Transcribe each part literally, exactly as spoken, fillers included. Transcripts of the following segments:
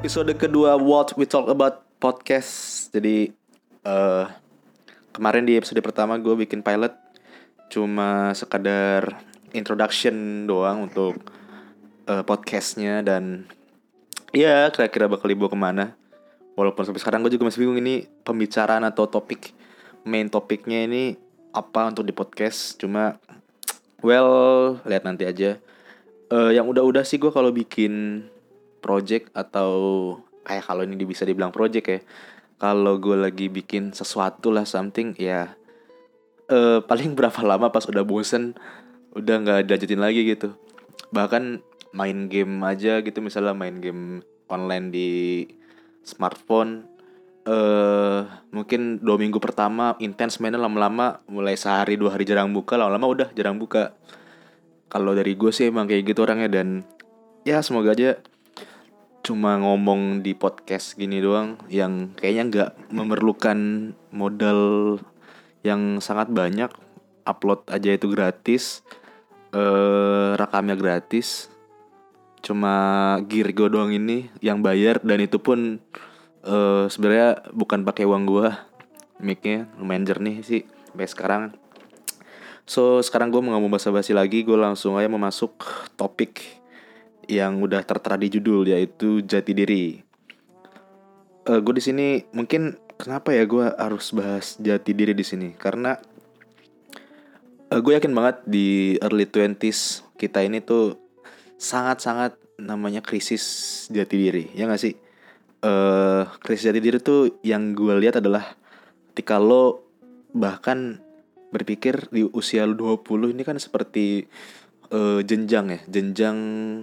episode kedua What We Talk About Podcast. Jadi uh, kemarin di episode pertama gue bikin pilot cuma sekadar introduction doang untuk uh, podcastnya. Dan ya kira-kira bakal dibawa kemana. Walaupun sampai sekarang gue juga masih bingung ini pembicaraan atau topik main topiknya ini apa untuk di podcast. Cuma well, lihat nanti aja. uh, Yang udah-udah sih gue kalau bikin project atau kayak kalau ini bisa dibilang project ya, kalau gue lagi bikin sesuatu lah something ya, uh, paling berapa lama pas udah bosen udah nggak lanjutin lagi gitu. Bahkan main game aja gitu, misalnya main game online di smartphone, uh, mungkin dua minggu pertama intens mainnya, lama-lama mulai sehari dua hari jarang buka, lama-lama udah jarang buka. Kalau dari gue sih emang kayak gitu orangnya. Dan ya semoga aja cuma ngomong di podcast gini doang yang kayaknya nggak memerlukan modal yang sangat banyak. Upload aja itu gratis, eh, rekamnya gratis. Cuma gear gue doang ini yang bayar, dan itu pun eh, sebenarnya bukan pakai uang gue. Mic-nya lumayan jernih sih sampai sekarang. So sekarang gue mau ngomong basa-basi lagi, gue langsung aja mau masuk topik yang udah tertera di judul, yaitu jati diri. Uh, gue di sini mungkin kenapa ya gue harus bahas jati diri di sini? Karena uh, gue yakin banget di early twenties kita ini tuh sangat-sangat namanya krisis jati diri, ya nggak sih? Uh, krisis jati diri tuh yang gue lihat adalah ketika lo bahkan berpikir di usia lo dua puluh ini kan seperti uh, jenjang ya, jenjang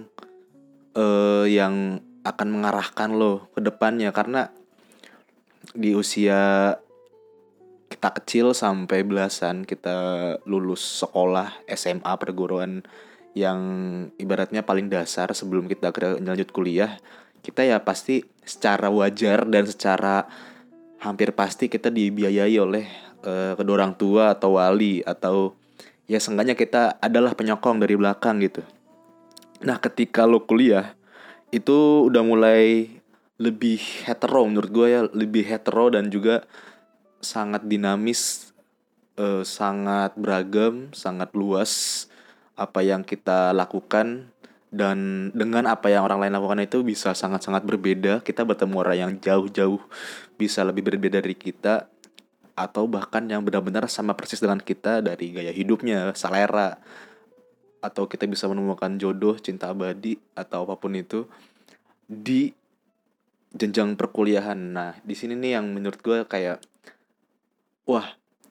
Uh, yang akan mengarahkan lo ke depannya. Karena di usia kita kecil sampai belasan, kita lulus sekolah S M A, perguruan yang ibaratnya paling dasar sebelum kita lanjut kuliah, kita ya pasti secara wajar dan secara hampir pasti kita dibiayai oleh uh, kedua orang tua atau wali, atau ya seenggaknya kita adalah penyokong dari belakang gitu. Nah ketika lo kuliah itu udah mulai lebih hetero menurut gue ya, lebih hetero dan juga sangat dinamis, eh, sangat beragam, sangat luas apa yang kita lakukan. Dan dengan apa yang orang lain lakukan itu bisa sangat-sangat berbeda. Kita bertemu orang yang jauh-jauh bisa lebih berbeda dari kita, atau bahkan yang benar-benar sama persis dengan kita dari gaya hidupnya, selera, atau kita bisa menemukan jodoh, cinta abadi, atau apapun itu di jenjang perkuliahan. Nah, di sini nih yang menurut gue kayak, wah,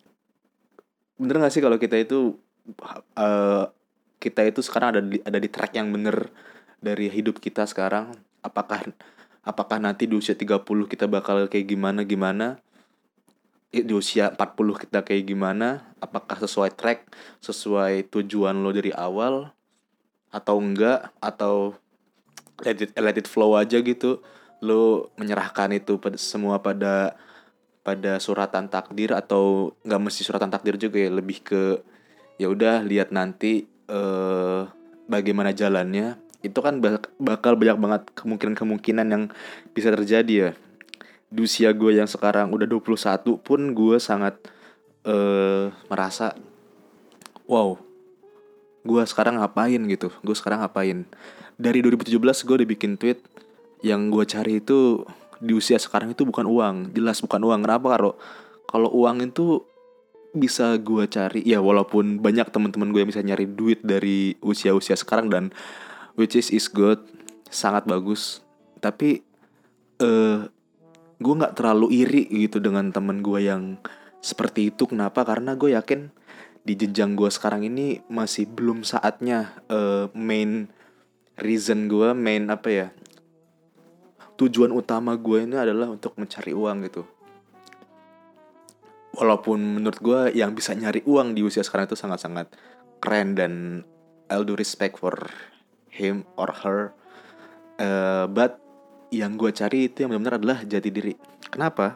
bener nggak sih kalau kita itu uh, kita itu sekarang ada di ada di track yang bener dari hidup kita sekarang? Apakah apakah nanti di usia tiga puluh kita bakal kayak gimana gimana? Di usia empat puluh kita kayak gimana? Apakah sesuai track, sesuai tujuan lo dari awal atau enggak, atau let it, let it flow aja gitu? Lo menyerahkan itu pada, semua pada pada suratan takdir, atau enggak mesti suratan takdir juga ya, lebih ke ya udah lihat nanti eh, bagaimana jalannya. Itu kan bakal banyak banget kemungkinan-kemungkinan yang bisa terjadi ya. Di usia gue yang sekarang udah dua puluh satu pun gue sangat uh, merasa, wow, gue sekarang ngapain gitu. Gue sekarang ngapain. Dari dua ribu tujuh belas gue udah bikin tweet, yang gue cari itu di usia sekarang itu bukan uang. Jelas bukan uang. Kenapa? Karo kalau uang itu bisa gue cari, ya walaupun banyak teman-teman gue yang bisa nyari duit dari usia-usia sekarang, dan which is is good, sangat bagus. Tapi uh, gue gak terlalu iri gitu dengan temen gue yang seperti itu. Kenapa? Karena gue yakin di jenjang gue sekarang ini masih belum saatnya uh, main reason gue, main apa ya, tujuan utama gue ini adalah untuk mencari uang gitu. Walaupun menurut gue yang bisa nyari uang di usia sekarang itu sangat-sangat keren, dan I'll do respect for him or her, uh, but yang gue cari itu yang benar-benar adalah jati diri. Kenapa?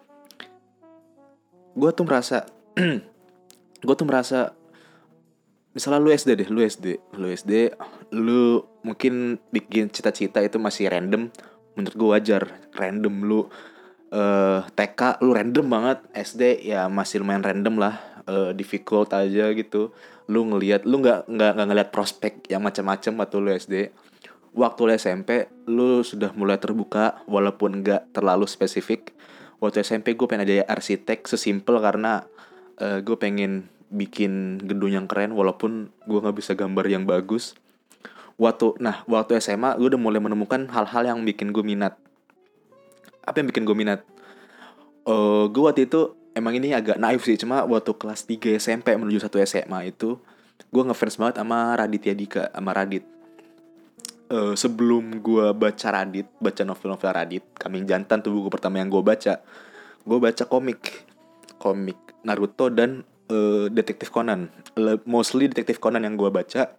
Gue tuh merasa gue tuh merasa misalnya lu S D deh, lu S D, lu S D, lu mungkin bikin cita-cita itu masih random, menurut gue wajar. Random lu uh, T K lu random banget, S D ya masih lumayan random lah, uh, difficult aja gitu. Lu ngelihat, lu nggak nggak nggak ngelihat prospek yang macam-macam waktu lu S D. Waktu lu S M P lu sudah mulai terbuka walaupun nggak terlalu spesifik. Waktu S M P gue pengen jadi arsitek, sesimpel karena uh, gue pengen bikin gedung yang keren walaupun gue nggak bisa gambar yang bagus. Waktu nah waktu S M A gue udah mulai menemukan hal-hal yang bikin gue minat. Apa yang bikin gue minat? Uh, gue waktu itu emang ini agak naif sih, cuma waktu kelas tiga S M P menuju satu S M A itu gue ngefans banget sama Raditya Dika, sama Radit. Uh, sebelum gue baca Radit, baca novel-novel Radit, Kambing Jantan tuh buku pertama yang gue baca. Gue baca komik, komik Naruto dan uh, Detektif Conan. Le- mostly Detektif Conan yang gue baca.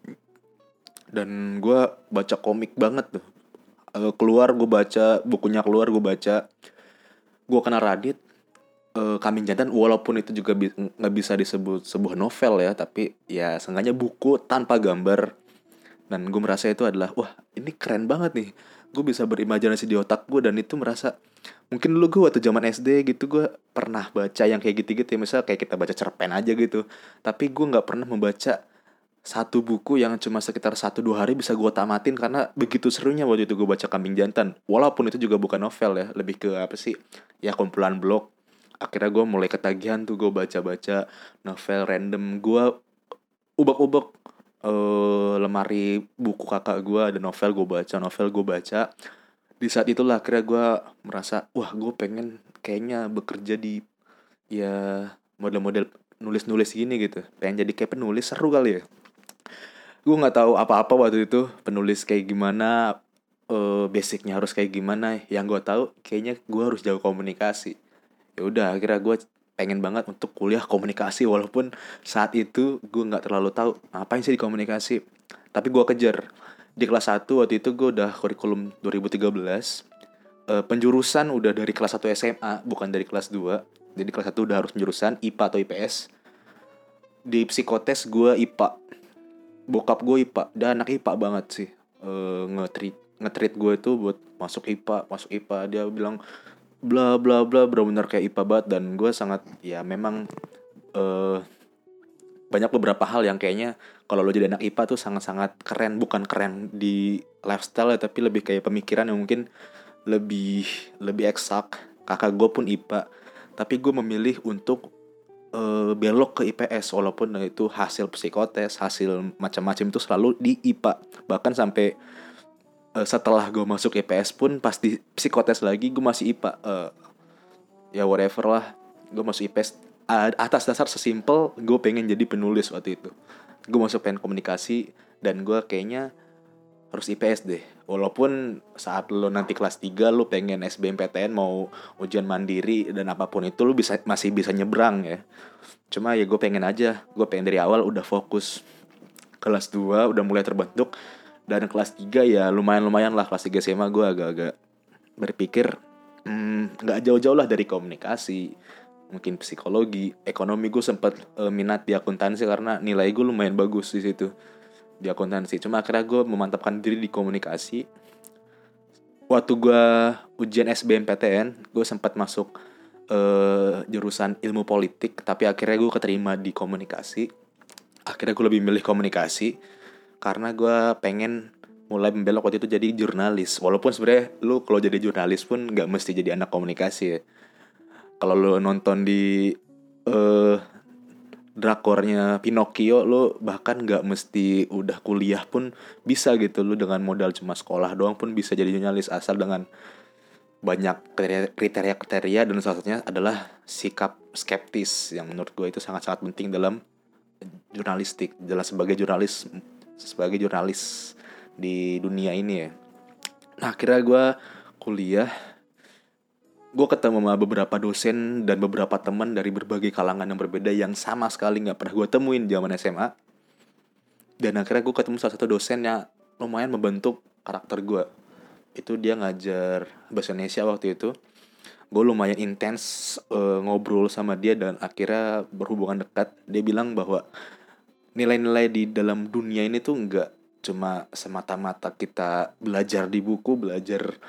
Dan gue baca komik banget tuh. Uh, keluar gue baca, bukunya keluar gue baca. Gue kenal Radit, uh, Kambing Jantan, walaupun itu juga bi- nggak bisa disebut sebuah novel ya, tapi ya seenggaknya buku tanpa gambar. Dan gue merasa itu adalah, wah ini keren banget nih. Gue bisa berimajinasi di otak gue, dan itu merasa, mungkin dulu gue waktu zaman S D gitu gue pernah baca yang kayak gitu-gitu ya. Misal kayak kita baca cerpen aja gitu. Tapi gue gak pernah membaca satu buku yang cuma sekitar satu dua hari bisa gue tamatin, karena begitu serunya waktu itu gue baca Kambing Jantan. Walaupun itu juga bukan novel ya, lebih ke apa sih, ya kumpulan blog. Akhirnya gue mulai ketagihan tuh, gue baca-baca novel random. Gue ubek-ubek uh, lemari buku kakak gue, ada novel gue baca, novel gue baca. Di saat itulah akhirnya gue merasa, wah gue pengen kayaknya bekerja di ya model-model nulis-nulis gini gitu. Pengen jadi kayak penulis, seru kali ya. Gue nggak tahu apa-apa waktu itu penulis kayak gimana, uh, basicnya harus kayak gimana. Yang gue tahu kayaknya gue harus jago komunikasi. Ya udah akhirnya gue pengen banget untuk kuliah komunikasi, walaupun saat itu gue nggak terlalu tahu ngapain sih di komunikasi. Tapi gue kejar. Di kelas satu waktu itu gue udah kurikulum dua ribu tiga belas, uh, penjurusan udah dari kelas satu S M A, bukan dari kelas dua. Jadi kelas satu udah harus penjurusan I P A atau I P S. Di psikotes gue I P A. Bokap gue I P A, dan anak I P A banget sih. uh, nge-treat nge-treat gue itu buat masuk I P A, masuk I P A. Dia bilang bla bla bla, benar-benar kayak I P A banget. Dan gue sangat, ya memang uh, banyak beberapa hal yang kayaknya kalau lo jadi anak I P A tuh sangat-sangat keren. Bukan keren di lifestyle ya, tapi lebih kayak pemikiran yang mungkin lebih lebih eksak. Kakak gue pun I P A, tapi gue memilih untuk uh, belok ke I P S, walaupun itu hasil psikotes, hasil macam-macam itu selalu di I P A. Bahkan sampai uh, setelah gue masuk I P S pun, pas di psikotes lagi gue masih I P A. uh, Ya whatever lah, gue masuk I P S atas dasar sesimpel gue pengen jadi penulis waktu itu. Gue masuk pengen komunikasi, dan gue kayaknya harus I P S deh. Walaupun saat lo nanti kelas tiga lo pengen S B M P T N, mau ujian mandiri dan apapun itu, lo bisa masih bisa nyebrang ya. Cuma ya gue pengen aja, gue pengen dari awal udah fokus. Kelas dua udah mulai terbentuk, dan kelas tiga ya lumayan-lumayan lah. Kelas tiga S M A gue agak-agak berpikir hmm, gak jauh-jauh lah dari komunikasi, mungkin psikologi, ekonomi. Gue sempat uh, minat di akuntansi karena nilai gue lumayan bagus di situ, di akuntansi. Cuma akhirnya gue memantapkan diri di komunikasi. Waktu gue ujian S B M P T N, gue sempat masuk uh, jurusan ilmu politik, tapi akhirnya gue keterima di komunikasi. Akhirnya gue lebih milih komunikasi karena gue pengen mulai membelok waktu itu jadi jurnalis. Walaupun sebenarnya lu kalau jadi jurnalis pun gak mesti jadi anak komunikasi ya. Kalau lu nonton di uh, drakornya Pinocchio, lu bahkan gak mesti udah kuliah pun bisa gitu. Lu dengan modal cuma sekolah doang pun bisa jadi jurnalis, asal dengan banyak kriteria-kriteria, dan salah satunya adalah sikap skeptis, yang menurut gue itu sangat-sangat penting dalam jurnalistik, dalam sebagai jurnalis sebagai jurnalis di dunia ini ya. Nah akhirnya gue kuliah, gue ketemu sama beberapa dosen dan beberapa teman dari berbagai kalangan yang berbeda, yang sama sekali gak pernah gue temuin zaman S M A. Dan akhirnya gue ketemu salah satu dosen yang lumayan membentuk karakter gue. Itu dia ngajar bahasa Indonesia waktu itu. Gue lumayan intens uh, ngobrol sama dia, dan akhirnya berhubungan dekat. Dia bilang bahwa nilai-nilai di dalam dunia ini tuh gak cuma semata-mata kita belajar di buku, belajar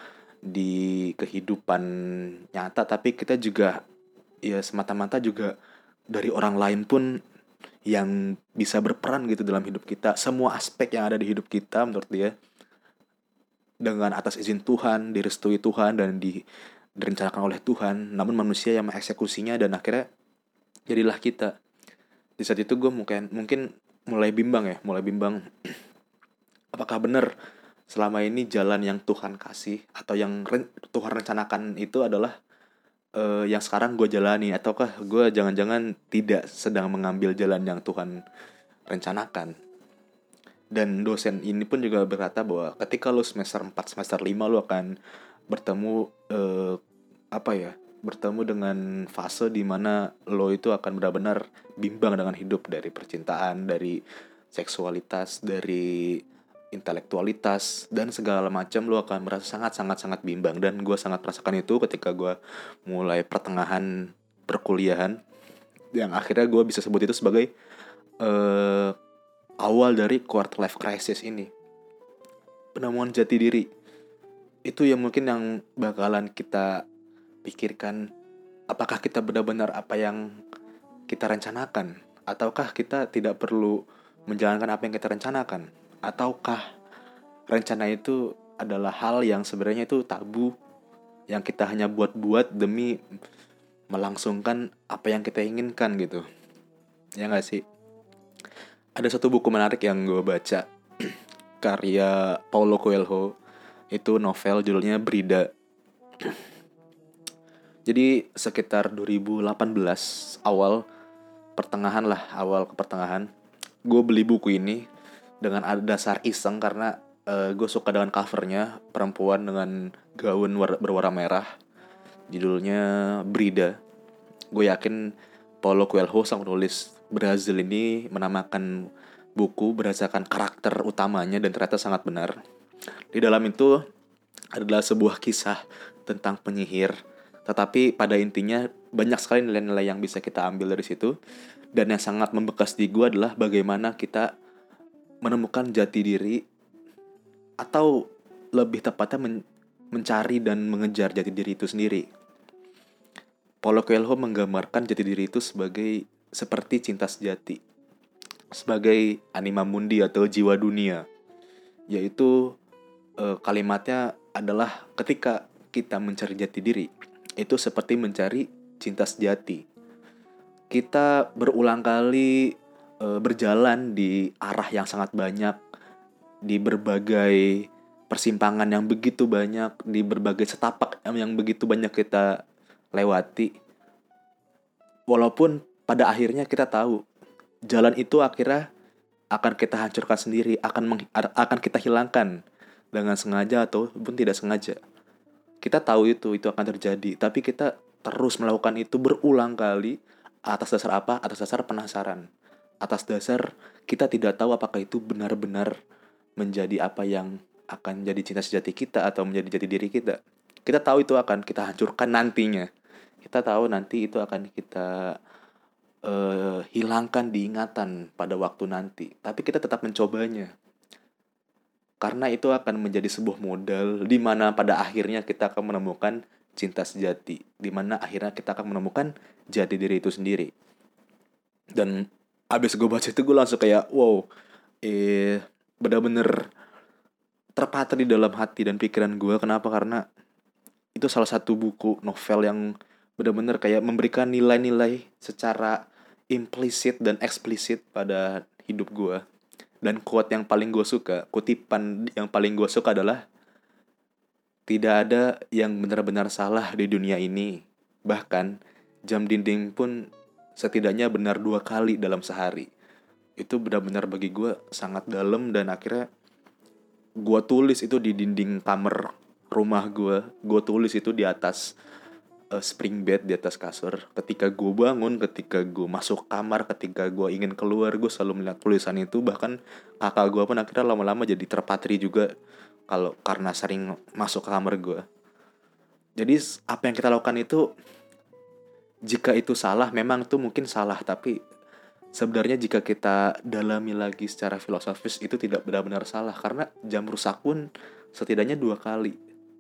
di kehidupan nyata, tapi kita juga ya semata-mata juga dari orang lain pun yang bisa berperan gitu dalam hidup kita. Semua aspek yang ada di hidup kita menurut dia dengan atas izin Tuhan, direstui Tuhan dan di, direncanakan oleh Tuhan. Namun manusia yang mengeksekusinya dan akhirnya jadilah kita. Di saat itu gue mungkin mungkin mulai bimbang ya, mulai bimbang apakah benar selama ini jalan yang Tuhan kasih atau yang ren- Tuhan rencanakan itu adalah uh, yang sekarang gue jalani, ataukah gue jangan-jangan tidak sedang mengambil jalan yang Tuhan rencanakan. Dan dosen ini pun juga berkata bahwa ketika lu semester empat, semester lima lu akan bertemu uh, apa ya? bertemu dengan fase di mana lo itu akan benar-benar bimbang dengan hidup, dari percintaan, dari seksualitas, dari intelektualitas dan segala macam. Lo akan merasa sangat-sangat-sangat bimbang, dan gue sangat merasakan itu ketika gue mulai pertengahan perkuliahan, yang akhirnya gue bisa sebut itu sebagai uh, awal dari quarter life crisis ini, penemuan jati diri. Itu yang mungkin yang bakalan kita pikirkan, apakah kita benar-benar apa yang kita rencanakan, ataukah kita tidak perlu menjalankan apa yang kita rencanakan, ataukah rencana itu adalah hal yang sebenarnya itu tabu yang kita hanya buat-buat demi melangsungkan apa yang kita inginkan gitu. Ya gak sih? Ada satu buku menarik yang gue baca karya Paulo Coelho, itu novel judulnya Brida. Jadi sekitar dua ribu delapan belas awal, pertengahan lah, awal ke pertengahan, gue beli buku ini dengan ada dasar iseng karena uh, gue suka dengan covernya, perempuan dengan gaun war- berwarna merah, judulnya Brida. Gue yakin Paulo Coelho, sang penulis Brazil ini, menamakan buku berdasarkan karakter utamanya, dan ternyata sangat benar. Di dalam itu adalah sebuah kisah tentang penyihir, tetapi pada intinya banyak sekali nilai-nilai yang bisa kita ambil dari situ. Dan yang sangat membekas di gue adalah bagaimana kita menemukan jati diri, atau lebih tepatnya men- mencari dan mengejar jati diri itu sendiri. Paulo Coelho menggambarkan jati diri itu sebagai seperti cinta sejati, sebagai anima mundi atau jiwa dunia, yaitu e, kalimatnya adalah ketika kita mencari jati diri itu seperti mencari cinta sejati. Kita berulang kali e, berjalan di arah yang sangat banyak, di berbagai persimpangan yang begitu banyak, di berbagai setapak yang begitu banyak kita lewati. Walaupun pada akhirnya kita tahu jalan itu akhirnya akan kita hancurkan sendiri, akan meng- akan kita hilangkan dengan sengaja ataupun tidak sengaja. Kita tahu itu itu akan terjadi, tapi kita terus melakukan itu berulang kali atas dasar apa? Atas dasar penasaran. Atas dasar kita tidak tahu apakah itu benar-benar menjadi apa yang akan jadi cinta sejati kita atau menjadi jati diri kita. Kita tahu itu akan kita hancurkan nantinya. Kita tahu nanti itu akan kita uh, hilangkan diingatan pada waktu nanti. Tapi kita tetap mencobanya. Karena itu akan menjadi sebuah modal di mana pada akhirnya kita akan menemukan cinta sejati, di mana akhirnya kita akan menemukan jati diri itu sendiri. Dan abis gue baca itu gue langsung kayak wow, eh benar-benar terpatri di dalam hati dan pikiran gue. Kenapa? Karena itu salah satu buku novel yang benar-benar kayak memberikan nilai-nilai secara implisit dan eksplisit pada hidup gue. Dan quote yang paling gue suka, kutipan yang paling gue suka adalah, tidak ada yang benar-benar salah di dunia ini. Bahkan jam dinding pun setidaknya benar dua kali dalam sehari. Itu benar-benar bagi gue sangat dalam, dan akhirnya gue tulis itu di dinding kamar rumah gue. Gue tulis itu di atas uh, spring bed, di atas kasur. Ketika gue bangun, ketika gue masuk kamar, ketika gue ingin keluar, gue selalu melihat tulisan itu. Bahkan kakak gue pun akhirnya lama-lama jadi terpatri juga kalau karena sering masuk ke kamar gue. Jadi apa yang kita lakukan itu, jika itu salah, memang itu mungkin salah. Tapi sebenarnya jika kita dalami lagi secara filosofis, itu tidak benar-benar salah. Karena jam rusak pun setidaknya dua kali.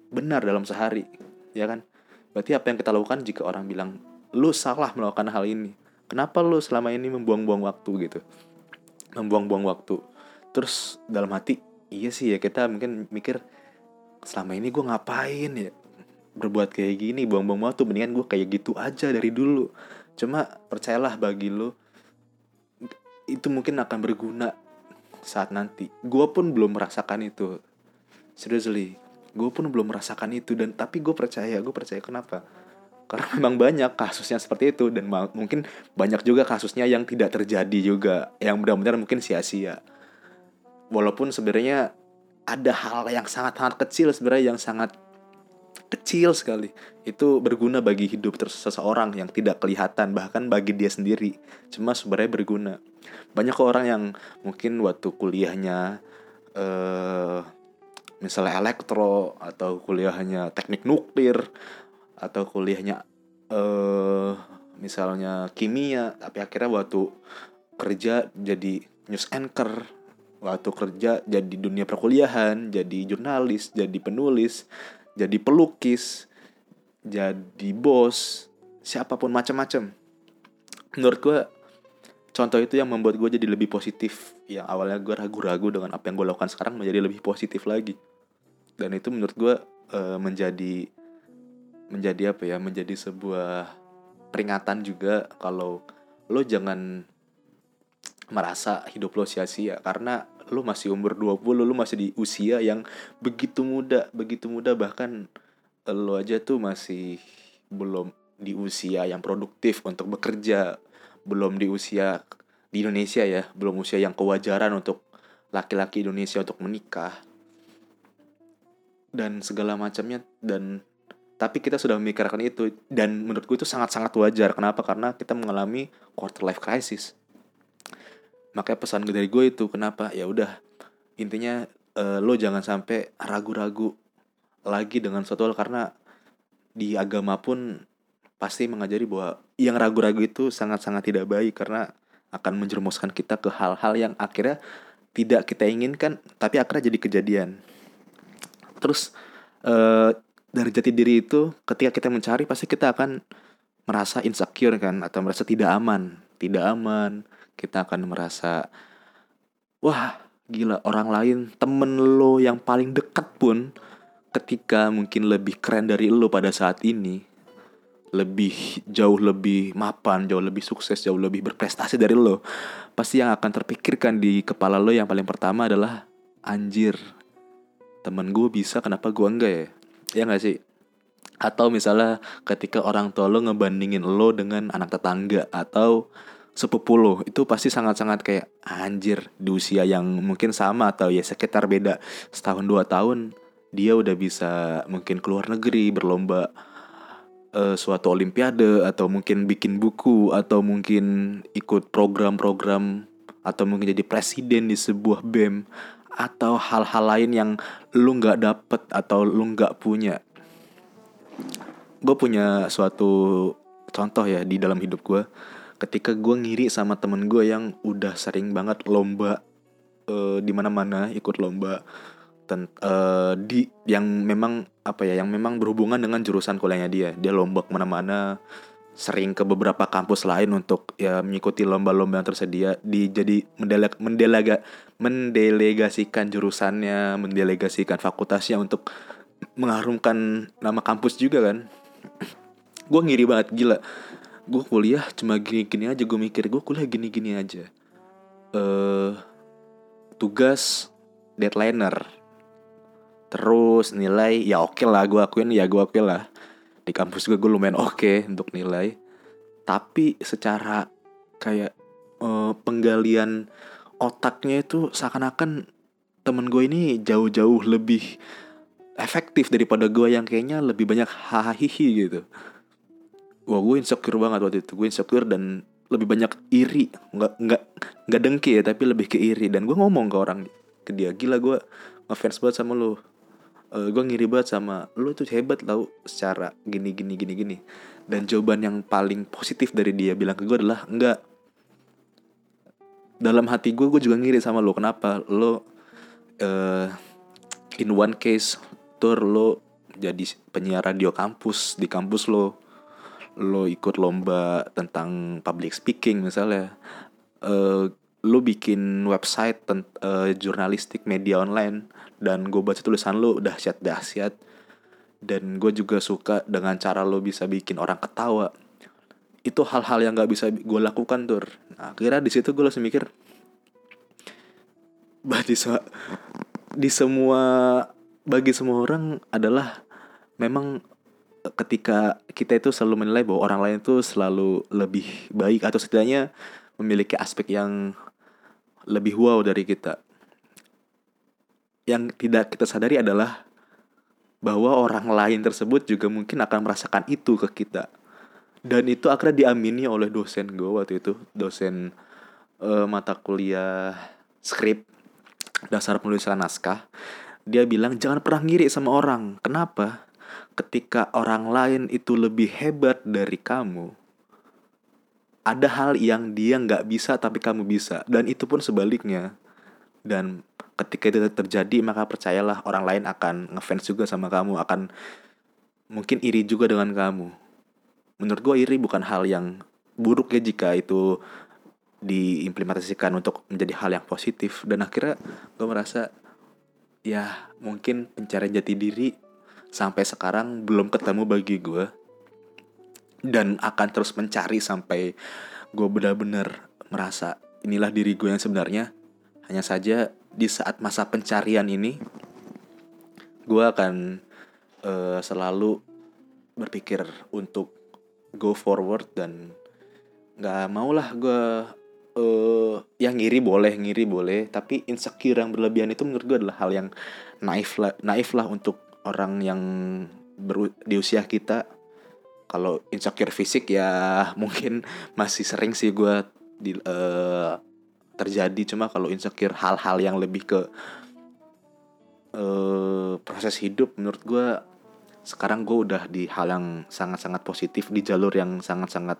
benar dalam sehari, ya kan? Berarti apa yang kita lakukan jika orang bilang lu salah melakukan hal ini, kenapa lu selama ini membuang-buang waktu gitu, membuang-buang waktu. Terus dalam hati, iya sih ya, kita mungkin mikir selama ini gue ngapain ya berbuat kayak gini, buang-buang waktu, mendingan gue kayak gitu aja dari dulu. Cuma percayalah, bagi lo itu mungkin akan berguna saat nanti. Gue pun belum merasakan itu, seriously, gue pun belum merasakan itu. Dan tapi gue percaya, gue percaya kenapa? Karena memang banyak kasusnya seperti itu. Dan ma- mungkin banyak juga kasusnya yang tidak terjadi juga, yang benar-benar mungkin sia-sia. Walaupun sebenarnya ada hal yang sangat-sangat kecil sebenarnya, yang sangat kecil sekali, itu berguna bagi hidup terus seseorang yang tidak kelihatan, bahkan bagi dia sendiri, cuma sebenarnya berguna. Banyak orang yang mungkin waktu kuliahnya eh, misalnya elektro, atau kuliahnya teknik nuklir, atau kuliahnya eh, misalnya kimia, tapi akhirnya waktu kerja jadi news anchor, waktu kerja jadi dunia perkuliahan, jadi jurnalis, jadi penulis, jadi pelukis, jadi bos, siapapun, macam-macam. Menurut gue contoh itu yang membuat gue jadi lebih positif. Yang awalnya gue ragu-ragu dengan apa yang gue lakukan sekarang menjadi lebih positif lagi. Dan itu menurut gue uh, menjadi menjadi apa ya? Menjadi sebuah peringatan juga kalau lo jangan merasa hidup lo sia-sia karena lo masih umur dua puluh, lo masih di usia yang begitu muda, begitu muda bahkan lo aja tuh masih belum di usia yang produktif untuk bekerja, belum di usia di Indonesia ya, belum usia yang kewajaran untuk laki-laki Indonesia untuk menikah dan segala macamnya. Dan tapi kita sudah memikirkan itu, dan menurutku itu sangat-sangat wajar. Kenapa? Karena kita mengalami quarter life crisis. Makanya pesan dari gue itu kenapa? Ya udah, intinya uh, lo jangan sampai ragu-ragu lagi dengan suatu hal, karena di agama pun pasti mengajari bahwa yang ragu-ragu itu sangat-sangat tidak baik, karena akan menjerumuskan kita ke hal-hal yang akhirnya tidak kita inginkan, tapi akhirnya jadi kejadian. Terus uh, dari jati diri itu, ketika kita mencari, pasti kita akan merasa insecure kan, atau merasa tidak aman, tidak aman. Kita akan merasa, wah gila, orang lain, temen lo yang paling dekat pun, ketika mungkin lebih keren dari lo pada saat ini, lebih jauh lebih mapan, jauh lebih sukses, jauh lebih berprestasi dari lo, pasti yang akan terpikirkan di kepala lo yang paling pertama adalah, anjir, temen gue bisa, kenapa gue enggak ya? Ya gak sih? Atau misalnya ketika orang tua lo ngebandingin lo dengan anak tetangga atau sepupu lo, itu pasti sangat-sangat kayak, anjir, di usia yang mungkin sama atau ya sekitar beda setahun dua tahun, dia udah bisa mungkin keluar negeri berlomba uh, suatu olimpiade, atau mungkin bikin buku, atau mungkin ikut program-program, atau mungkin jadi presiden di sebuah B E M, atau hal-hal lain yang lu gak dapet atau lu gak punya. Gue punya suatu contoh ya di dalam hidup gue, ketika gue ngiri sama temen gue yang udah sering banget lomba uh, di mana-mana, ikut lomba ten, uh, di yang memang apa ya, yang memang berhubungan dengan jurusan kuliahnya dia. Dia lomba kemana-mana, sering ke beberapa kampus lain untuk ya mengikuti lomba-lomba yang tersedia. Di jadi mendelega, mendelega, mendelegasikan jurusannya, mendelegasikan fakultasnya untuk mengharumkan nama kampus juga kan. Gue ngiri banget, gila. Gue kuliah cuma gini-gini aja, gue mikir gue kuliah gini-gini aja. Uh, tugas deadlineer, terus nilai ya oke okay lah, gue akuin ya gue oke okay lah. Di kampus gue gue lumayan oke okay untuk nilai. Tapi secara kayak uh, penggalian otaknya itu seakan-akan temen gue ini jauh-jauh lebih efektif daripada gue yang kayaknya lebih banyak hahaha gitu. Wah, gue insecure banget waktu itu. Gue insecure dan lebih banyak iri, nggak nggak nggak dengki ya, tapi lebih ke iri. Dan gue ngomong ke orang, ke dia, gila gue ngefans banget sama lo, uh, gue ngiri banget sama lo tuh, hebat tau secara gini gini gini gini. Dan jawaban yang paling positif dari dia bilang ke gue adalah, enggak, dalam hati gue gue juga ngiri sama lo. Kenapa? Lo uh, in one case tur lo jadi penyiar radio kampus di kampus lo, lo ikut lomba tentang public speaking misalnya, uh, lo bikin website tent- uh, jurnalistik media online, dan gue baca tulisan lo dahsyat dahsyat, dan gue juga suka dengan cara lo bisa bikin orang ketawa. Itu hal-hal yang nggak bisa gue lakukan tuh. Nah, akhirnya di situ gue langsung mikir, bah di, se- di semua bagi semua orang adalah memang ketika kita itu selalu menilai bahwa orang lain itu selalu lebih baik atau setidaknya memiliki aspek yang lebih wow dari kita. Yang tidak kita sadari adalah bahwa orang lain tersebut juga mungkin akan merasakan itu ke kita. Dan itu akhirnya diamini oleh dosen gue waktu itu, dosen uh, mata kuliah skrip, dasar penulisan naskah. Dia bilang jangan pernah ngiri sama orang. Kenapa? Ketika orang lain itu lebih hebat dari kamu, ada hal yang dia gak bisa tapi kamu bisa. Dan itu pun sebaliknya. Dan ketika itu terjadi, maka percayalah orang lain akan ngefans juga sama kamu, akan mungkin iri juga dengan kamu. Menurut gue iri bukan hal yang buruk ya jika itu diimplementasikan untuk menjadi hal yang positif. Dan akhirnya gue merasa ya mungkin pencarian jati diri sampai sekarang belum ketemu bagi gue, dan akan terus mencari sampai gue benar-benar merasa inilah diri gue yang sebenarnya. Hanya saja di saat masa pencarian ini, gue akan uh, selalu berpikir untuk go forward, dan gak maulah gue uh, yang ngiri boleh, ngiri boleh, tapi insecure yang berlebihan itu menurut gue adalah hal yang naif lah, naif lah untuk orang yang ber, di usia kita. Kalau insecure fisik ya mungkin masih sering sih gue di, uh, terjadi. Cuma kalau insecure hal-hal yang lebih ke uh, proses hidup, menurut gue sekarang gue udah di hal yang sangat-sangat positif, di jalur yang sangat-sangat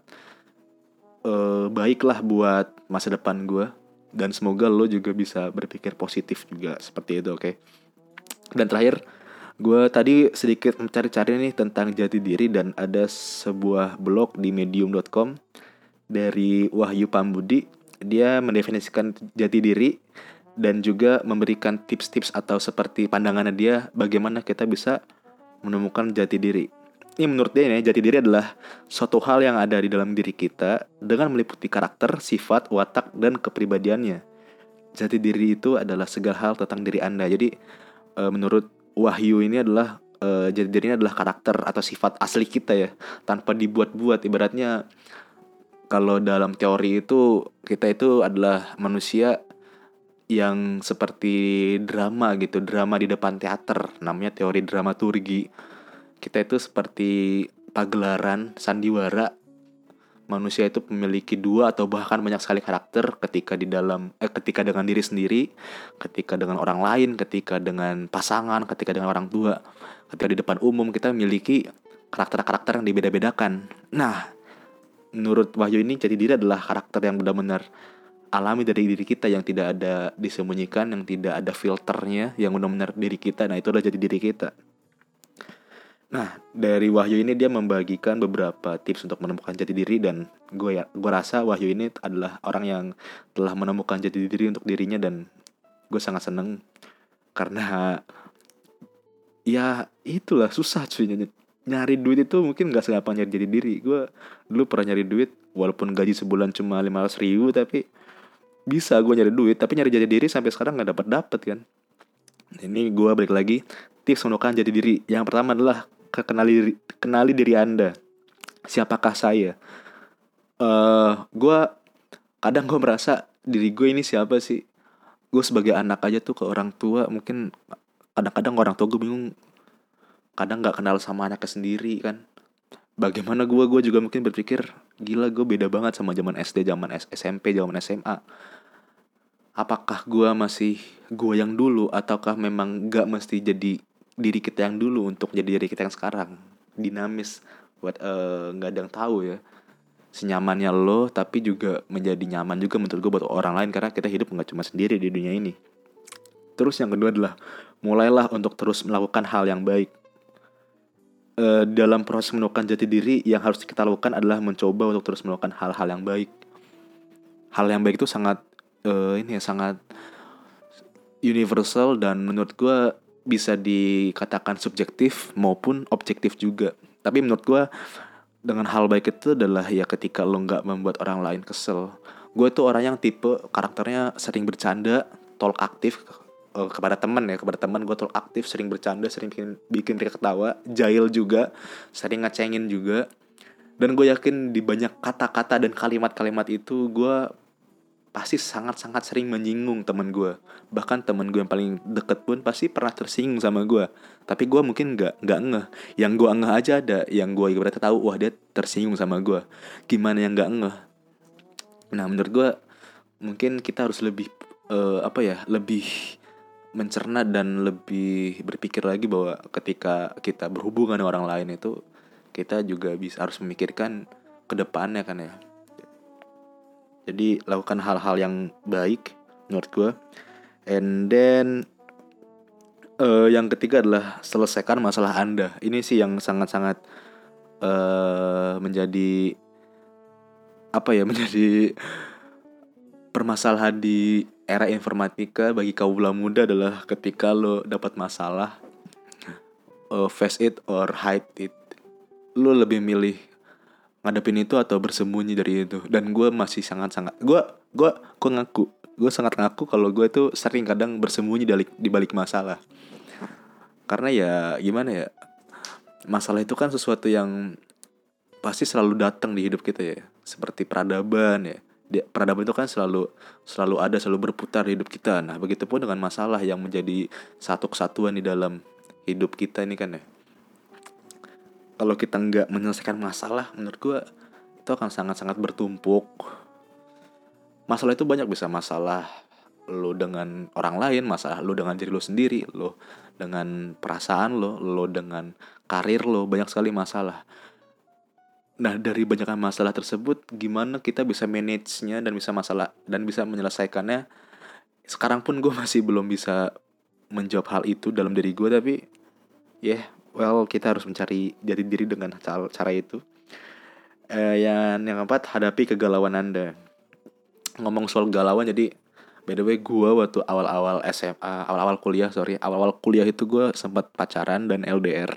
uh, baik lah buat masa depan gue. Dan semoga lo juga bisa berpikir positif juga seperti itu, oke? Okay? Dan terakhir, gue tadi sedikit mencari-cari nih tentang jati diri, dan ada sebuah blog di medium dot com dari Wahyu Pambudi. Dia mendefinisikan jati diri dan juga memberikan tips-tips atau seperti pandangannya dia bagaimana kita bisa menemukan jati diri. Ini menurut dia nih, jati diri adalah suatu hal yang ada di dalam diri kita dengan meliputi karakter, sifat, watak, dan kepribadiannya. Jati diri itu adalah segala hal tentang diri Anda. Jadi uh, menurut Wahyu ini adalah uh, jati diri ini adalah karakter atau sifat asli kita ya, tanpa dibuat-buat. Ibaratnya kalau dalam teori itu kita itu adalah manusia yang seperti drama gitu, drama di depan teater, namanya teori dramaturgi. Kita itu seperti pagelaran sandiwara. Manusia itu memiliki dua atau bahkan banyak sekali karakter ketika di dalam eh ketika dengan diri sendiri, ketika dengan orang lain, ketika dengan pasangan, ketika dengan orang tua, ketika di depan umum. Kita memiliki karakter-karakter yang dibeda-bedakan. Nah, menurut Wahyu ini jati diri adalah karakter yang benar-benar alami dari diri kita, yang tidak ada disembunyikan, yang tidak ada filternya, yang benar-benar diri kita. Nah, itu adalah jati diri kita. Nah, dari Wahyu ini dia membagikan beberapa tips untuk menemukan jati diri, dan gue ya, gue rasa Wahyu ini adalah orang yang telah menemukan jati diri untuk dirinya, dan gue sangat seneng karena ya itulah susah cuy, nyari duit itu mungkin nggak segampang nyari jati diri. Gue dulu pernah nyari duit walaupun gaji sebulan cuma lima ratus ribu, tapi bisa gue nyari duit. Tapi nyari jati diri sampai sekarang nggak dapat dapat kan. Ini gue balik lagi tips menemukan jati diri. Yang pertama adalah kenali diri, kenali diri Anda. Siapakah saya? Uh, gue kadang gue merasa diri gue ini siapa sih? Gue sebagai anak aja tuh ke orang tua mungkin kadang-kadang orang tua gue bingung, kadang nggak kenal sama anaknya sendiri kan. Bagaimana gue gue juga mungkin berpikir gila, gue beda banget sama zaman S D, zaman S M P, zaman S M A. Apakah gue masih gue yang dulu, ataukah memang nggak mesti jadi diri kita yang dulu untuk jadi diri kita yang sekarang? Dinamis, buat nggak uh, ada yang tahu ya. Senyamannya lo, tapi juga menjadi nyaman juga menurut gue buat orang lain, karena kita hidup nggak cuma sendiri di dunia ini. Terus yang kedua adalah mulailah untuk terus melakukan hal yang baik. eh, dalam proses menemukan jati diri, yang harus kita lakukan adalah mencoba untuk terus melakukan hal-hal yang baik. Hal yang baik itu sangat eh, ini ya, sangat universal, dan menurut gue bisa dikatakan subjektif maupun objektif juga. Tapi menurut gue dengan hal baik itu adalah ya ketika lo nggak membuat orang lain kesel. Gue tuh orang yang tipe karakternya sering bercanda, talk aktif eh, kepada teman ya, kepada teman gue talk aktif, sering bercanda, sering bikin bikin mereka ketawa, jahil juga, sering ngecengin juga. Dan gue yakin di banyak kata-kata dan kalimat-kalimat itu gue pasti sangat-sangat sering menyinggung teman gue. Bahkan teman gue yang paling deket pun pasti pernah tersinggung sama gue. Tapi gue mungkin nggak nggak ngeh. Yang gue ngeh aja ada, yang gue ibaratnya tahu, wah dia tersinggung sama gue. Gimana yang nggak ngeh? Nah menurut gue mungkin kita harus lebih uh, apa ya, lebih mencerna dan lebih berpikir lagi bahwa ketika kita berhubungan dengan orang lain itu, kita juga bisa harus memikirkan ke depannya kan ya. Jadi lakukan hal-hal yang baik menurut gue. And then uh, yang ketiga adalah selesaikan masalah Anda. Ini sih yang sangat-sangat uh, menjadi apa ya, menjadi permasalahan di era informatika bagi kaula muda adalah ketika lo dapat masalah, uh, face it or hide it. Lo lebih milih ngadepin itu atau bersembunyi dari itu. Dan gue masih sangat-sangat gue gue gue ngaku gue sangat ngaku kalau gue tuh sering kadang bersembunyi di, di balik masalah. Karena ya gimana ya, masalah itu kan sesuatu yang pasti selalu datang di hidup kita ya, seperti peradaban ya. Dia, peradaban itu kan selalu selalu ada, selalu berputar di hidup kita. Nah begitupun dengan masalah yang menjadi satu kesatuan di dalam hidup kita ini kan ya. Kalau kita nggak menyelesaikan masalah, menurut gue itu akan sangat-sangat bertumpuk. Masalah itu banyak, bisa masalah lo dengan orang lain, masalah lo dengan diri lo sendiri, lo dengan perasaan lo, lo dengan karir lo, banyak sekali masalah. Nah dari banyaknya masalah tersebut, gimana kita bisa manage-nya dan bisa masalah dan bisa menyelesaikannya? Sekarang pun gue masih belum bisa menjawab hal itu dalam diri gue, tapi ya yeah, well, kita harus mencari jati diri dengan cara, cara itu. Eh, yang yang keempat, hadapi kegalauan Anda. Ngomong soal galauan, jadi by the way, gue waktu awal-awal S M A, awal-awal kuliah, sorry, awal-awal kuliah itu gue sempat pacaran dan L D R.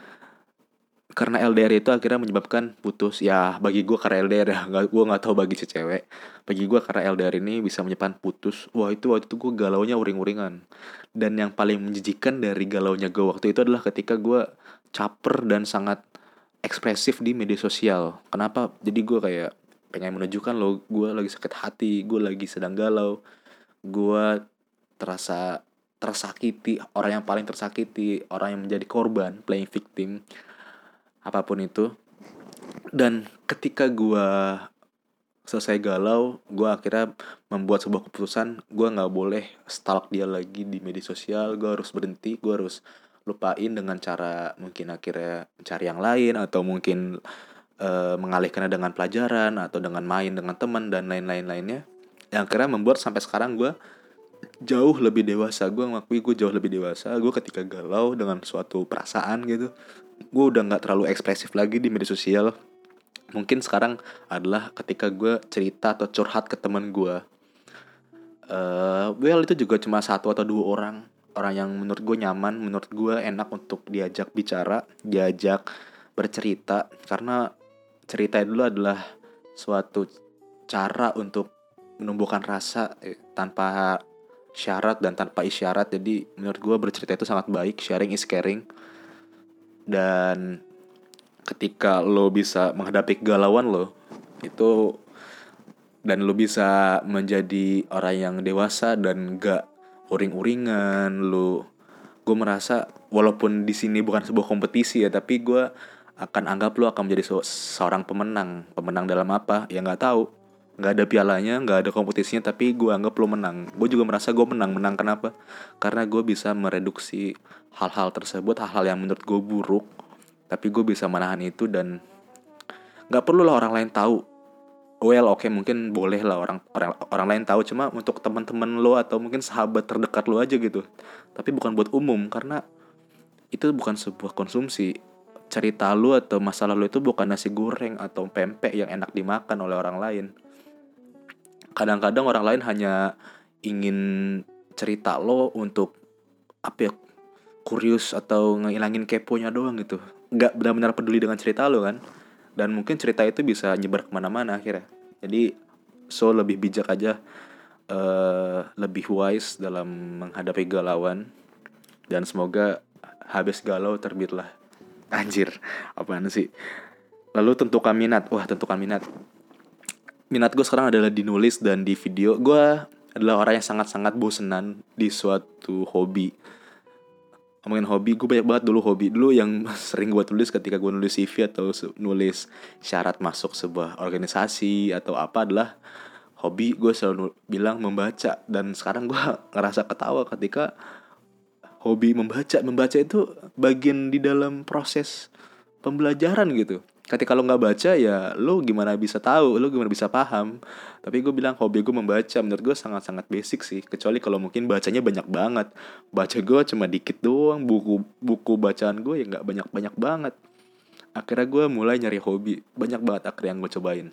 Karena L D R itu akhirnya menyebabkan putus. Ya bagi gue karena L D R ya, gak, gue nggak tahu bagi si cewek. Bagi gue karena L D R ini bisa menyebabkan putus. Wah itu waktu itu gue galaunya uring-uringan. Dan yang paling menjijikan dari galaunya gue waktu itu adalah ketika gue caper dan sangat ekspresif di media sosial. Kenapa? Jadi gue kayak pengen menunjukkan lo, gue lagi sakit hati, gue lagi sedang galau, gue terasa tersakiti, orang yang paling tersakiti, orang yang menjadi korban, playing victim, apapun itu. Dan ketika gue selesai galau, gue akhirnya membuat sebuah keputusan, gue gak boleh stalk dia lagi di media sosial. Gue harus berhenti, gue harus lupain dengan cara mungkin akhirnya mencari yang lain, atau mungkin uh, mengalihkannya dengan pelajaran, atau dengan main dengan teman, dan lain-lain lainnya. Yang akhirnya membuat sampai sekarang gue jauh lebih dewasa. Gue ngakui gue jauh lebih dewasa. Gue ketika galau dengan suatu perasaan gitu, gue udah gak terlalu ekspresif lagi di media sosial. Mungkin sekarang adalah ketika gue cerita atau curhat ke teman gue. Uh, well itu juga cuma satu atau dua orang. Orang yang menurut gue nyaman, menurut gue enak untuk diajak bicara, diajak bercerita. Karena cerita dulu adalah suatu cara untuk menumbuhkan rasa eh, tanpa syarat dan tanpa isyarat. Jadi menurut gue bercerita itu sangat baik. Sharing is caring. Dan ketika lo bisa menghadapi kegalauan lo itu, dan lo bisa menjadi orang yang dewasa dan gak uring-uringan lo, gue merasa walaupun di sini bukan sebuah kompetisi ya, tapi gue akan anggap lo akan menjadi se- seorang pemenang. Pemenang dalam apa? Ya nggak tahu. Nggak ada pialanya, nggak ada kompetisinya, tapi gue anggap lo menang. Gue juga merasa gue menang. Menang kenapa? Karena gue bisa mereduksi hal-hal tersebut, hal-hal yang menurut gue buruk. Tapi gue bisa menahan itu dan gak perlu lah orang lain tahu. Well oke okay, mungkin boleh lah orang, orang orang lain tahu, cuma untuk teman-teman lo atau mungkin sahabat terdekat lo aja gitu. Tapi bukan buat umum, karena itu bukan sebuah konsumsi. cerita lu atau masalah lu itu bukan nasi goreng atau pempek yang enak dimakan oleh orang lain. Kadang-kadang orang lain hanya ingin cerita lo untuk apa ya, kurius atau ngilangin keponya doang gitu. Nggak benar-benar peduli dengan cerita lo kan. Dan mungkin cerita itu bisa nyebar kemana-mana akhirnya. Jadi so lebih bijak aja, uh, lebih wise dalam menghadapi galauan. Dan semoga habis galau terbitlah. Anjir, apaan sih? Lalu tentukan minat. Wah, tentukan minat. Minat gue sekarang adalah di nulis dan di video. Gue adalah orang yang sangat-sangat bosenan di suatu hobi. Ngomongin hobi, gue banyak banget dulu hobi. Dulu yang sering gue tulis ketika gue nulis C V atau nulis syarat masuk sebuah organisasi atau apa adalah hobi. Gue selalu bilang membaca. Dan sekarang gue ngerasa ketawa ketika hobi membaca. Membaca itu bagian di dalam proses pembelajaran gitu. Ketika lo nggak baca ya lo gimana bisa tahu, lo gimana bisa paham. Tapi gue bilang hobi gue membaca. Menurut gue sangat-sangat basic sih. Kecuali kalau mungkin bacanya banyak banget. Baca gue cuma dikit doang. Buku buku bacaan gue ya nggak banyak-banyak banget. Akhirnya gue mulai nyari hobi. Banyak banget akhirnya yang gue cobain.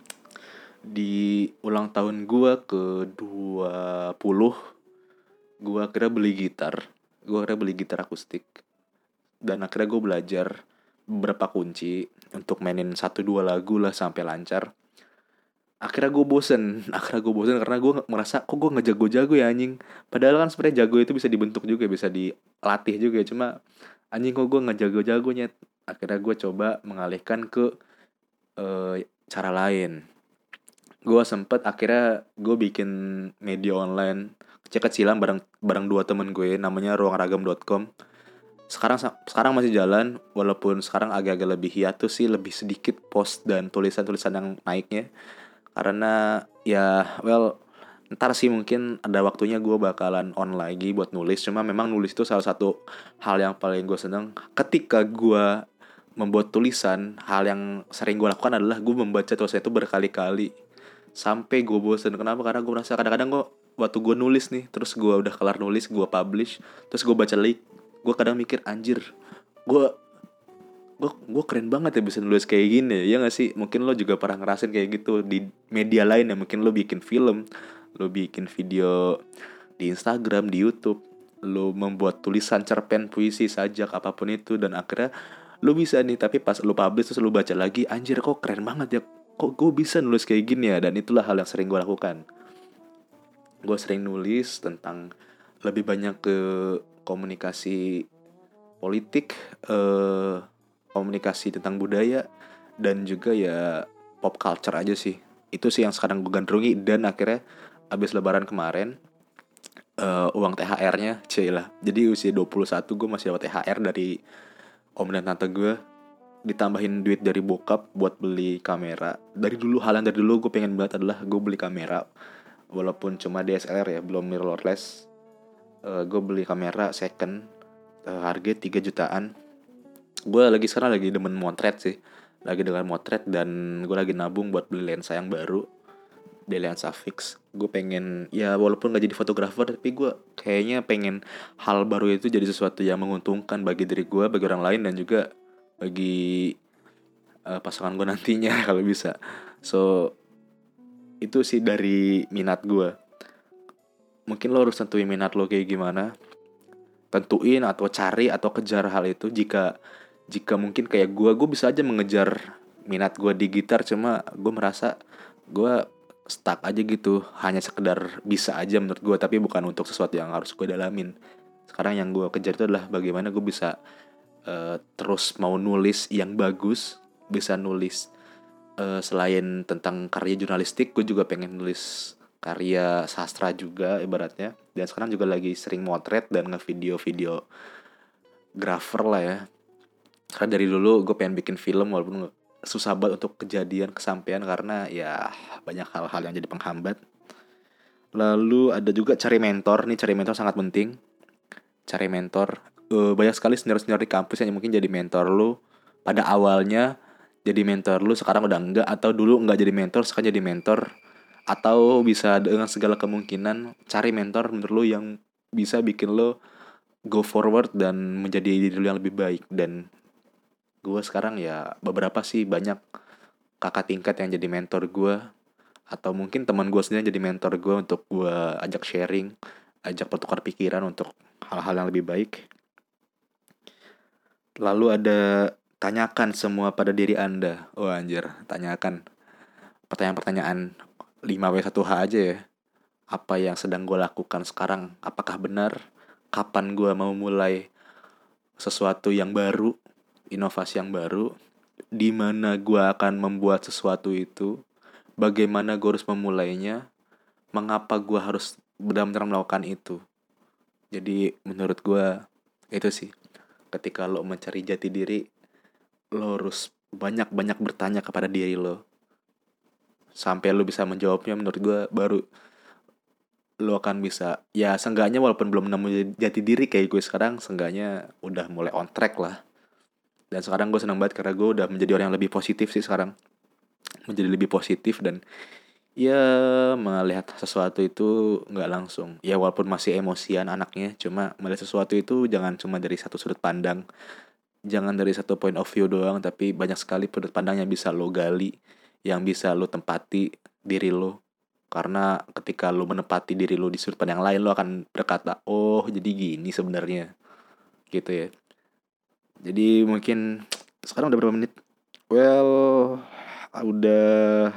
Di ulang tahun gue ke dua puluh, gue akhirnya beli gitar. Gue akhirnya beli gitar akustik. Dan akhirnya gue belajar beberapa kunci untuk mainin satu dua lagu lah sampai lancar. Akhirnya gue bosen. Akhirnya gue bosen karena gue merasa kok gue nggak jago-jago ya anjing. Padahal kan sebenarnya jago itu bisa dibentuk juga, bisa dilatih juga. Cuma anjing kok gue nggak jago-jagonya. Akhirnya gue coba mengalihkan ke uh, cara lain. Gue sempet akhirnya gue bikin media online kecil-kecilan bareng bareng dua temen gue, namanya ruang ragam dot com. Sekarang sekarang masih jalan, walaupun sekarang agak-agak lebih hiatus sih, lebih sedikit post dan tulisan-tulisan yang naiknya. Karena ya well, ntar sih mungkin ada waktunya gue bakalan on lagi buat nulis. Cuma memang nulis itu salah satu hal yang paling gue seneng. Ketika gue membuat tulisan, hal yang sering gue lakukan adalah gue membaca tulisan itu berkali-kali sampai gue bosen. Kenapa? Karena gue merasa kadang-kadang gue waktu gue nulis nih, terus gue udah kelar nulis, gue publish, terus gue baca lagi, gue kadang mikir anjir, gue gue gue keren banget ya bisa nulis kayak gini ya nggak sih? Mungkin lo juga pernah ngerasain kayak gitu di media lain ya. Mungkin lo bikin film, lo bikin video di Instagram, di YouTube, lo membuat tulisan, cerpen, puisi, sajak, apapun itu, dan akhirnya lo bisa nih. Tapi pas lo publish terus lo baca lagi, anjir kok keren banget ya, kok gue bisa nulis kayak gini ya. Dan itulah hal yang sering gue lakukan. Gue sering nulis tentang lebih banyak ke komunikasi politik, eh, komunikasi tentang budaya, dan juga ya pop culture aja sih. Itu sih yang sekarang gue gandrungi. Dan akhirnya abis lebaran kemarin, uh, uang T H R-nya cilah. Jadi usia dua puluh satu gue masih dapat T H R dari om dan tante gue, ditambahin duit dari bokap buat beli kamera. Dari dulu, hal yang dari dulu gue pengen banget adalah gue beli kamera. Walaupun cuma D S L R ya, belum mirrorless. uh, Gue beli kamera second, uh, harga tiga jutaan. Gue lagi sekarang lagi demen motret sih. Lagi dengan motret, dan gue lagi nabung buat beli lensa yang baru, di lensa fix. Gue pengen, ya walaupun gak jadi fotografer, tapi gue kayaknya pengen hal baru itu jadi sesuatu yang menguntungkan bagi diri gue, bagi orang lain, dan juga bagi uh, pasangan gue nantinya kalau bisa. So itu sih dari minat gue. Mungkin lo harus tentuin minat lo kayak gimana. Tentuin atau cari atau kejar hal itu. Jika jika mungkin kayak gue, gue bisa aja mengejar minat gue di gitar, cuma gue merasa gue stuck aja gitu, hanya sekedar bisa aja menurut gue, tapi bukan untuk sesuatu yang harus gue dalamin. Sekarang yang gue kejar itu adalah bagaimana gue bisa uh, terus mau nulis yang bagus, bisa nulis uh, selain tentang karya jurnalistik, gue juga pengen nulis karya sastra juga ibaratnya. Dan sekarang juga lagi sering motret dan ngevideo-video grafer lah ya. Karena dari dulu gue pengen bikin film, walaupun susah banget untuk kejadian kesampaian karena ya banyak hal-hal yang jadi penghambat. Lalu ada juga cari mentor. Nih cari mentor sangat penting. Cari mentor, uh, banyak sekali senior-senior di kampus yang mungkin jadi mentor lu. Pada awalnya jadi mentor lu, sekarang udah enggak. Atau dulu enggak jadi mentor, sekarang jadi mentor. Atau bisa dengan segala kemungkinan cari mentor menurut lu yang bisa bikin lu go forward dan menjadi diri lu yang lebih baik. Dan gue sekarang ya beberapa sih banyak kakak tingkat yang jadi mentor gue, atau mungkin teman gue sendiri yang jadi mentor gue untuk gue ajak sharing, ajak bertukar pikiran untuk hal-hal yang lebih baik. Lalu ada tanyakan semua pada diri Anda. Oh anjir, tanyakan pertanyaan-pertanyaan lima W satu H aja ya. Apa yang sedang gue lakukan sekarang? Apakah benar? Kapan gue mau mulai sesuatu yang baru, inovasi yang baru? Di mana gue akan membuat sesuatu itu? Bagaimana gue harus memulainya? Mengapa gue harus benar-benar melakukan itu? Jadi menurut gue itu sih, ketika lo mencari jati diri, lo harus banyak-banyak bertanya kepada diri lo. Sampai lo bisa menjawabnya, menurut gue baru lo akan bisa, ya seenggaknya walaupun belum nemu jati diri kayak gue sekarang, seenggaknya udah mulai on track lah. Dan sekarang gue senang banget karena gue udah menjadi orang yang lebih positif sih sekarang. Menjadi lebih positif dan ya melihat sesuatu itu gak langsung. Ya walaupun masih emosian anaknya, cuma melihat sesuatu itu jangan cuma dari satu sudut pandang. Jangan dari satu point of view doang, tapi banyak sekali sudut pandang yang bisa lo gali, yang bisa lo tempati diri lo. Karena ketika lo menempati diri lo di sudut pandang lain, lo akan berkata, oh jadi gini sebenarnya, gitu ya. Jadi mungkin sekarang udah berapa menit? Well, udah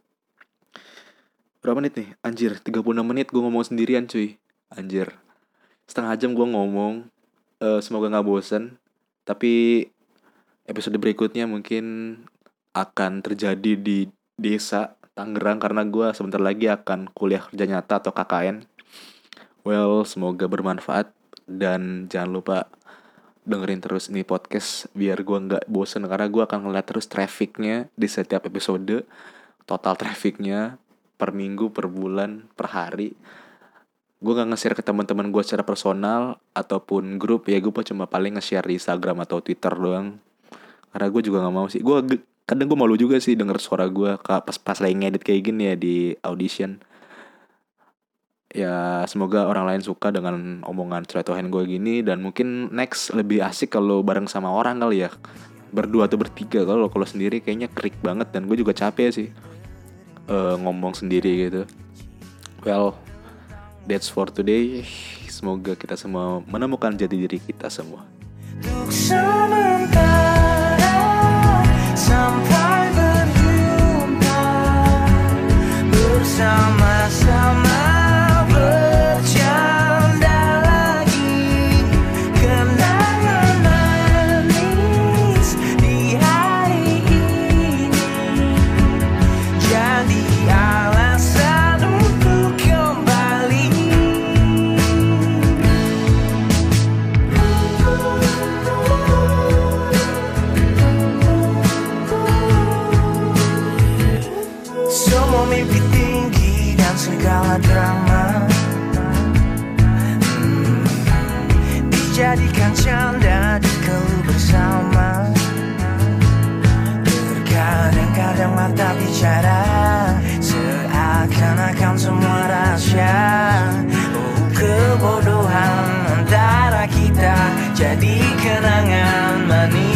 berapa menit nih? Anjir, tiga puluh enam menit gue ngomong sendirian cuy. Anjir, setengah jam gue ngomong. uh, Semoga gak bosen. Tapi episode berikutnya mungkin akan terjadi di desa Tangerang, karena gue sebentar lagi akan kuliah kerja nyata atau K K N. Well, semoga bermanfaat. Dan jangan lupa dengerin terus ini podcast biar gue gak bosen, karena gue akan ngeliat terus trafficnya di setiap episode. Total trafficnya per minggu, per bulan, per hari. Gue gak nge-share ke teman-teman gue secara personal ataupun grup. Ya gue cuma paling nge-share di Instagram atau Twitter doang, karena gue juga gak mau sih. Gue kadang gue malu juga sih denger suara gue pas pas lagi ngedit kayak gini ya di audition. Ya semoga orang lain suka dengan omongan celotehan gue gini. Dan mungkin next lebih asik kalau bareng sama orang kali ya, berdua atau bertiga. Kalau kalau sendiri kayaknya krik banget, dan gue juga capek sih uh, ngomong sendiri gitu. Well, that's for today. Semoga kita semua menemukan jati diri kita semua. Sampai berjumpa bersama-sama, bercanda lagi, kenangan manis di hari ini jadi alasan untuk kembali. Semua mimpi tinggi dan segala drama hmm, dijadikan canda di keluh bersama. Terkadang-kadang mata bicara seakan-akan semua rahasia. Oh, kebodohan antara kita jadi kenangan manis.